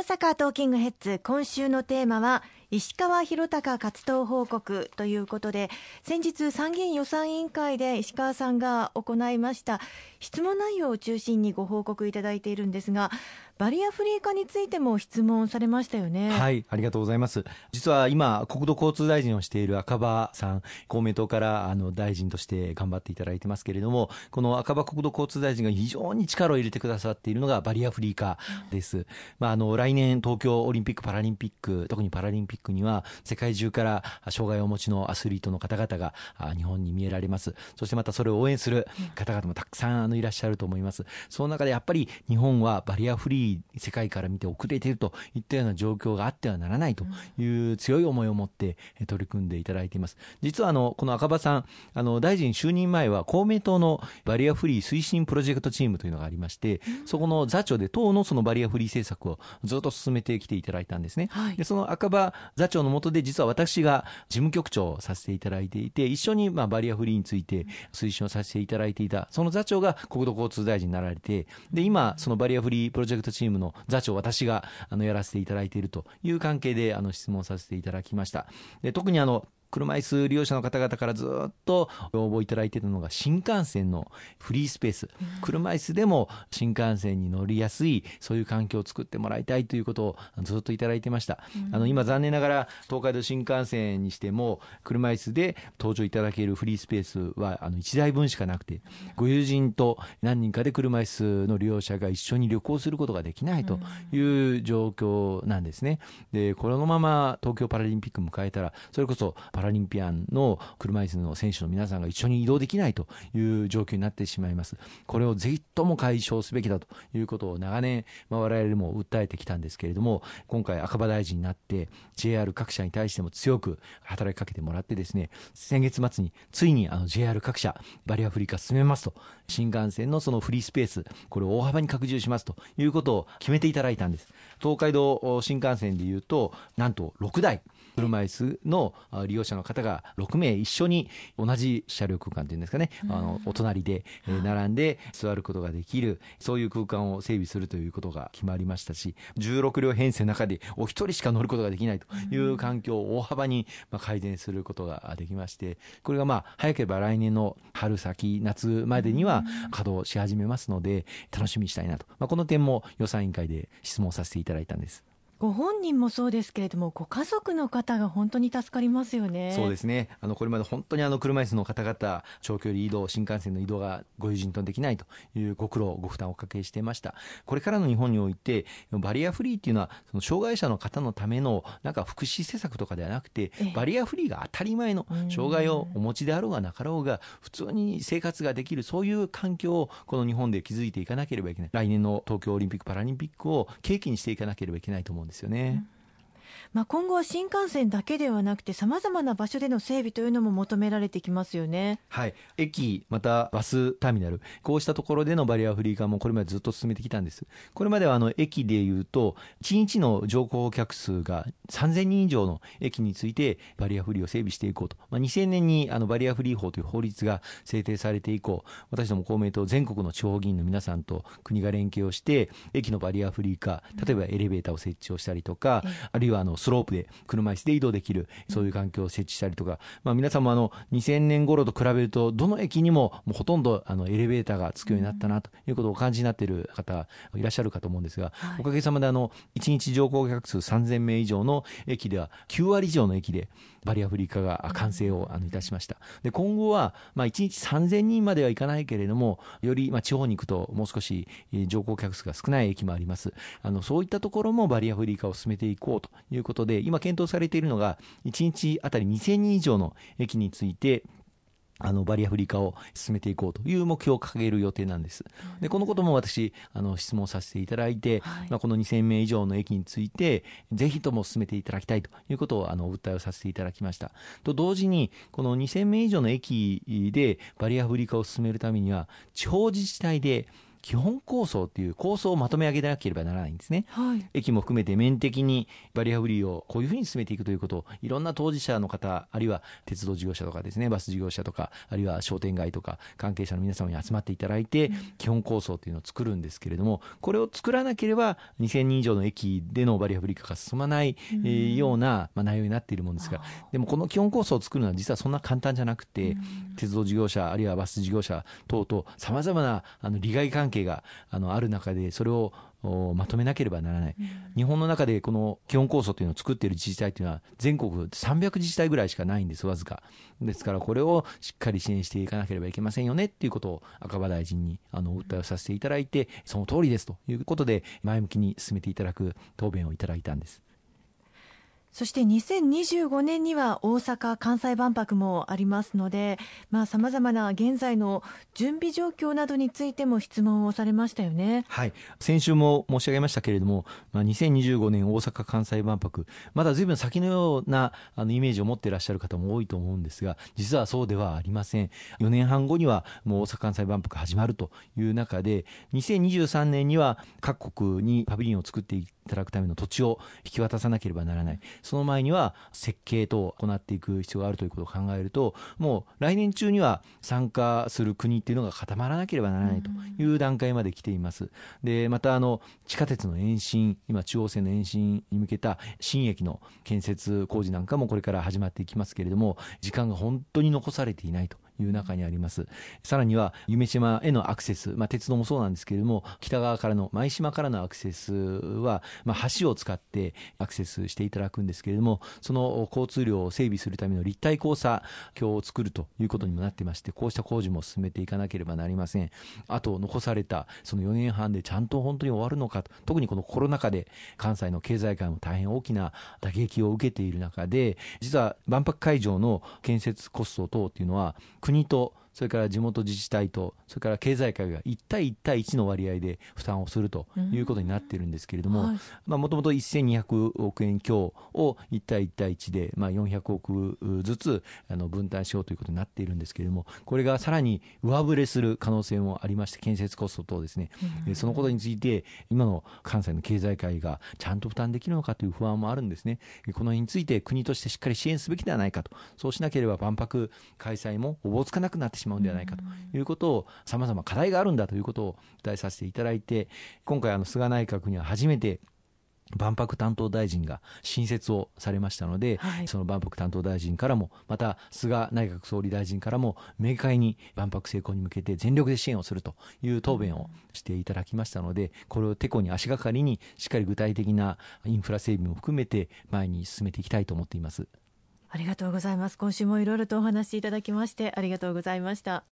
阪トーキングヘッズ、今週のテーマは石川博崇活動報告ということで、先日参議院予算委員会で石川さんが行いました質問内容を中心にご報告いただいているんですが、バリアフリー化についても質問されましたよね。 はい、ありがとうございます。実は今国土交通大臣をしている赤羽さん、公明党から大臣として頑張っていただいてますけれども、この赤羽国土交通大臣が非常に力を入れてくださっているのがバリアフリー化です。来年東京オリンピック・パラリンピック、特にパラリンピックには世界中から障害をお持ちのアスリートの方々が日本に見えられます。そしてまたそれを応援する方々もたくさんいらっしゃると思います。その中でやっぱり日本はバリアフリー、世界から見て遅れているといったような状況があってはならないという強い思いを持って取り組んでいただいています。実はこの赤羽さん、大臣就任前は公明党のバリアフリー推進プロジェクトチームというのがありまして、そこの座長で党のそのバリアフリー政策をずっと進めてきていただいたんですね。でその赤羽座長の下で実は私が事務局長をさせていただいていて、一緒にバリアフリーについて推進をさせていただいていたその座長が国土交通大臣になられて、で今そのバリアフリープロジェクトチームの座長を私がやらせていただいているという関係で質問させていただきました。で特に車椅子利用者の方々からずっと要望いただいているのが新幹線のフリースペース、車椅子でも新幹線に乗りやすいそういう環境を作ってもらいたいということをずっといただいてました。今残念ながら東海道新幹線にしても車椅子で搭乗いただけるフリースペースは1台分しかなくて、ご友人と何人かで車椅子の利用者が一緒に旅行することができないという状況なんですね。でこのまま東京パラリンピックを迎えたら、それこそパラリンピアンの車椅子の選手の皆さんが一緒に移動できないという状況になってしまいます。これをぜひとも解消すべきだということを長年、我々も訴えてきたんですけれども、今回赤羽大臣になって JR 各社に対しても強く働きかけてもらってですね、先月末についにJR 各社バリアフリー化進めますと、新幹線のそのフリースペース、これを大幅に拡充しますということを決めていただいたんです。東海道新幹線でいうとなんと6台車椅子の利用者の方が6名一緒に同じ車両空間というんですかね、お隣で並んで座ることができる、そういう空間を整備するということが決まりましたし、16両編成の中でお一人しか乗ることができないという環境を大幅に改善することができまして、これが早ければ来年の春先夏までには稼働し始めますので楽しみにしたいなと、この点も予算委員会で質問させていただいたんです。 ご本人もそうですけれども、ご家族の方が本当に助かりますよね。 そうですね。これまで本当に車椅子の方々、長距離移動、新幹線の移動がご友人とできないというご苦労ご負担をおかけしていました。これからの日本においてバリアフリーっていうのはその障害者の方のための福祉施策とかではなくて、バリアフリーが当たり前の、障害をお持ちであろうがなかろうが普通に生活ができる、そういう環境をこの日本で築いていかなければいけない。来年の東京オリンピック・パラリンピックを契機にしていかなければいけないと思うんですよね。 今後は新幹線だけではなくてさまざまな場所での整備というのも求められてきますよね。 はい、駅またバスターミナル、こうしたところでのバリアフリー化もこれまでずっと進めてきたんです。これまでは駅でいうと1日の乗降客数が3000人以上の駅についてバリアフリーを整備していこうと、2000年にバリアフリー法という法律が制定されて以降、私ども公明党全国の地方議員の皆さんと国が連携をして駅のバリアフリー化、例えばエレベーターを設置をしたりとか、あるいはスロープで車椅子で移動できるそういう環境を設置したりとか、皆さんも2000年頃と比べるとどの駅にもほとんどエレベーターがつくようになったなということをお感じになっている方いらっしゃるかと思うんですが、おかげさまで1日乗降客数3000名以上の駅では9割以上の駅でバリアフリー化が完成をいたしました。で今後は1日3000人まではいかないけれども、より地方に行くともう少し乗降客数が少ない駅もあります。そういったところもバリアフリー化を進めていこうということで、今検討されているのが1日あたり2000人以上の駅についてバリアフリー化を進めていこうという目標を掲げる予定なんです。でこのことも私質問させていただいて、この2000名以上の駅についてぜひとも進めていただきたいということを訴えをさせていただきました。と同時にこの2000名以上の駅でバリアフリー化を進めるためには地方自治体で基本構想という構想をまとめ上げなければならないんですね。 はい、 駅も含めて面的にバリアフリーをこういうふうに進めていくということをいろんな当事者の方、あるいは鉄道事業者とかですね、バス事業者とか、あるいは商店街とか関係者の皆様に集まっていただいて、基本構想というのを作るんですけれども、これを作らなければ2000人以上の駅でのバリアフリー化が進まない、ような、内容になっているものですが、でもこの基本構想を作るのは実はそんな簡単じゃなくて、鉄道事業者あるいはバス事業者等々さまざまな利害関係がある中で、それをまとめなければならない、日本の中でこの基本構想というのを作っている自治体というのは全国300自治体ぐらいしかないんです。わずかですから、これをしっかり支援していかなければいけませんよねっていうことを赤羽大臣にお訴えをさせていただいて、その通りですということで前向きに進めていただく答弁をいただいたんです。 そして2025年には大阪・関西万博もありますので、さまざまな現在の準備状況などについても質問をされましたよね。 はい、先週も申し上げましたけれども、2025年大阪・関西万博、まだ随分先のようなイメージを持っていらっしゃる方も多いと思うんですが、実はそうではありません。4年半後にはもう大阪・関西万博始まるという中で、2023年には各国にパビリオンを作っていただくための土地を引き渡さなければならない。その前には設計等を行っていく必要があるということを考えると、もう来年中には参加する国っていうのが固まらなければならないという段階まで来ています。でまた地下鉄の延伸、今中央線の延伸に向けた新駅の建設工事なんかもこれから始まっていきますけれども、時間が本当に残されていないという中にあります。さらには夢洲へのアクセス、鉄道もそうなんですけれども、北側からの舞島からのアクセスは、橋を使ってアクセスしていただくんですけれども、その交通量を整備するための立体交差橋を作るということにもなっていまして、こうした工事も進めていかなければなりません。あと残されたその4年半でちゃんと本当に終わるのかと、特にこのコロナ禍で関西の経済界も大変大きな打撃を受けている中で、実は万博会場の建設コスト等というのは国とそれから地元自治体とそれから経済界が1対1対1の割合で負担をするということになっているんですけれども、もともと1200億円強を1対1対1で400億ずつ分担しようということになっているんですけれども、これがさらに上振れする可能性もありまして、建設コスト等ですね、そのことについて今の関西の経済界がちゃんと負担できるのかという不安もあるんですね。この辺について国としてしっかり支援すべきではないかと、そうしなければ万博開催もおぼつかなくなってしまうんではないかということを、さまざま課題があるんだということを伝えさせていただいて、今回菅内閣には初めて万博担当大臣が新設をされましたので、その万博担当大臣からも、また菅内閣総理大臣からも明快に万博成功に向けて全力で支援をするという答弁をしていただきましたので、これをてこに足がかりにしっかり具体的なインフラ整備も含めて前に進めていきたいと思っています。 ありがとうございます。今週もいろいろとお話しいただきましてありがとうございました。